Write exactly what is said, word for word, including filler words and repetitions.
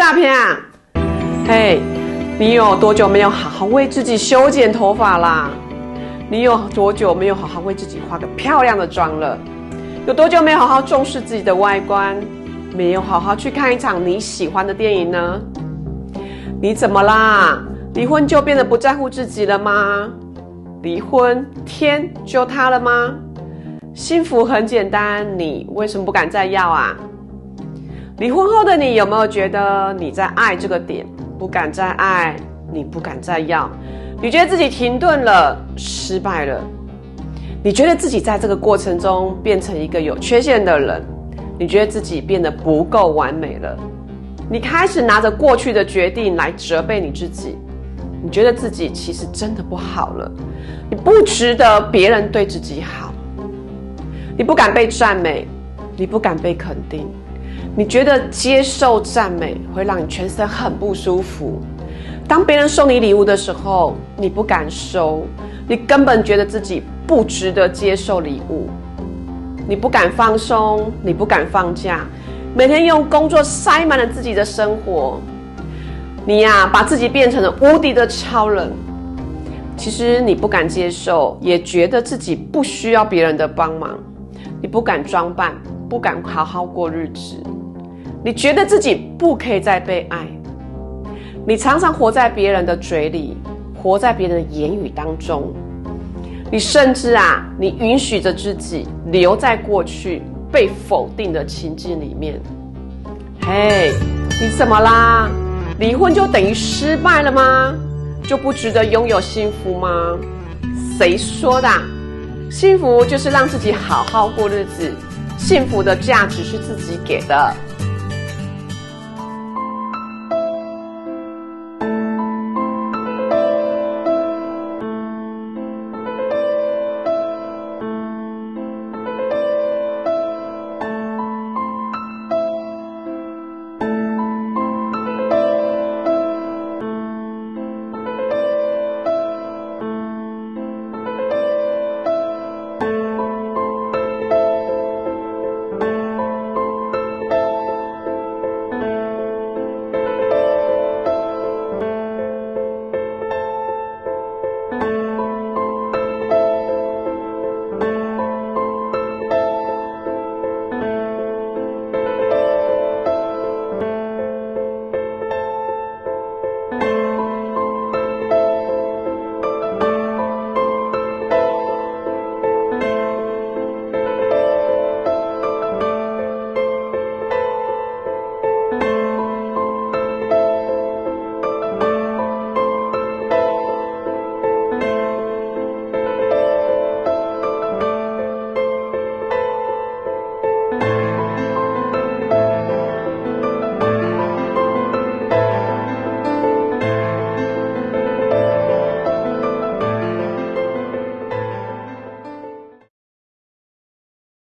大片啊？嘿，你有多久没有好好为自己修剪头发啦？你有多久没有好好为自己化个漂亮的妆了？有多久没有好好重视自己的外观？没有好好去看一场你喜欢的电影呢？你怎么啦？离婚就变得不在乎自己了吗？离婚天就塌了吗？幸福很简单，你为什么不敢再要啊？离婚后的你有没有觉得你在爱这个点不敢再爱，你不敢再要，你觉得自己停顿了，失败了，你觉得自己在这个过程中变成一个有缺陷的人，你觉得自己变得不够完美了，你开始拿着过去的决定来责备你自己，你觉得自己其实真的不好了，你不值得别人对自己好，你不敢被赞美，你不敢被肯定，你觉得接受赞美会让你全身很不舒服，当别人送你礼物的时候，你不敢收，你根本觉得自己不值得接受礼物，你不敢放松，你不敢放假，每天用工作塞满了自己的生活，你呀、啊，把自己变成了无敌的超人。其实你不敢接受，也觉得自己不需要别人的帮忙，你不敢装扮，不敢好好过日子，你觉得自己不可以再被爱，你常常活在别人的嘴里，活在别人的言语当中，你甚至啊，你允许着自己留在过去被否定的情境里面。嘿，你怎么啦？离婚就等于失败了吗？就不值得拥有幸福吗？谁说的？幸福就是让自己好好过日子，幸福的价值是自己给的。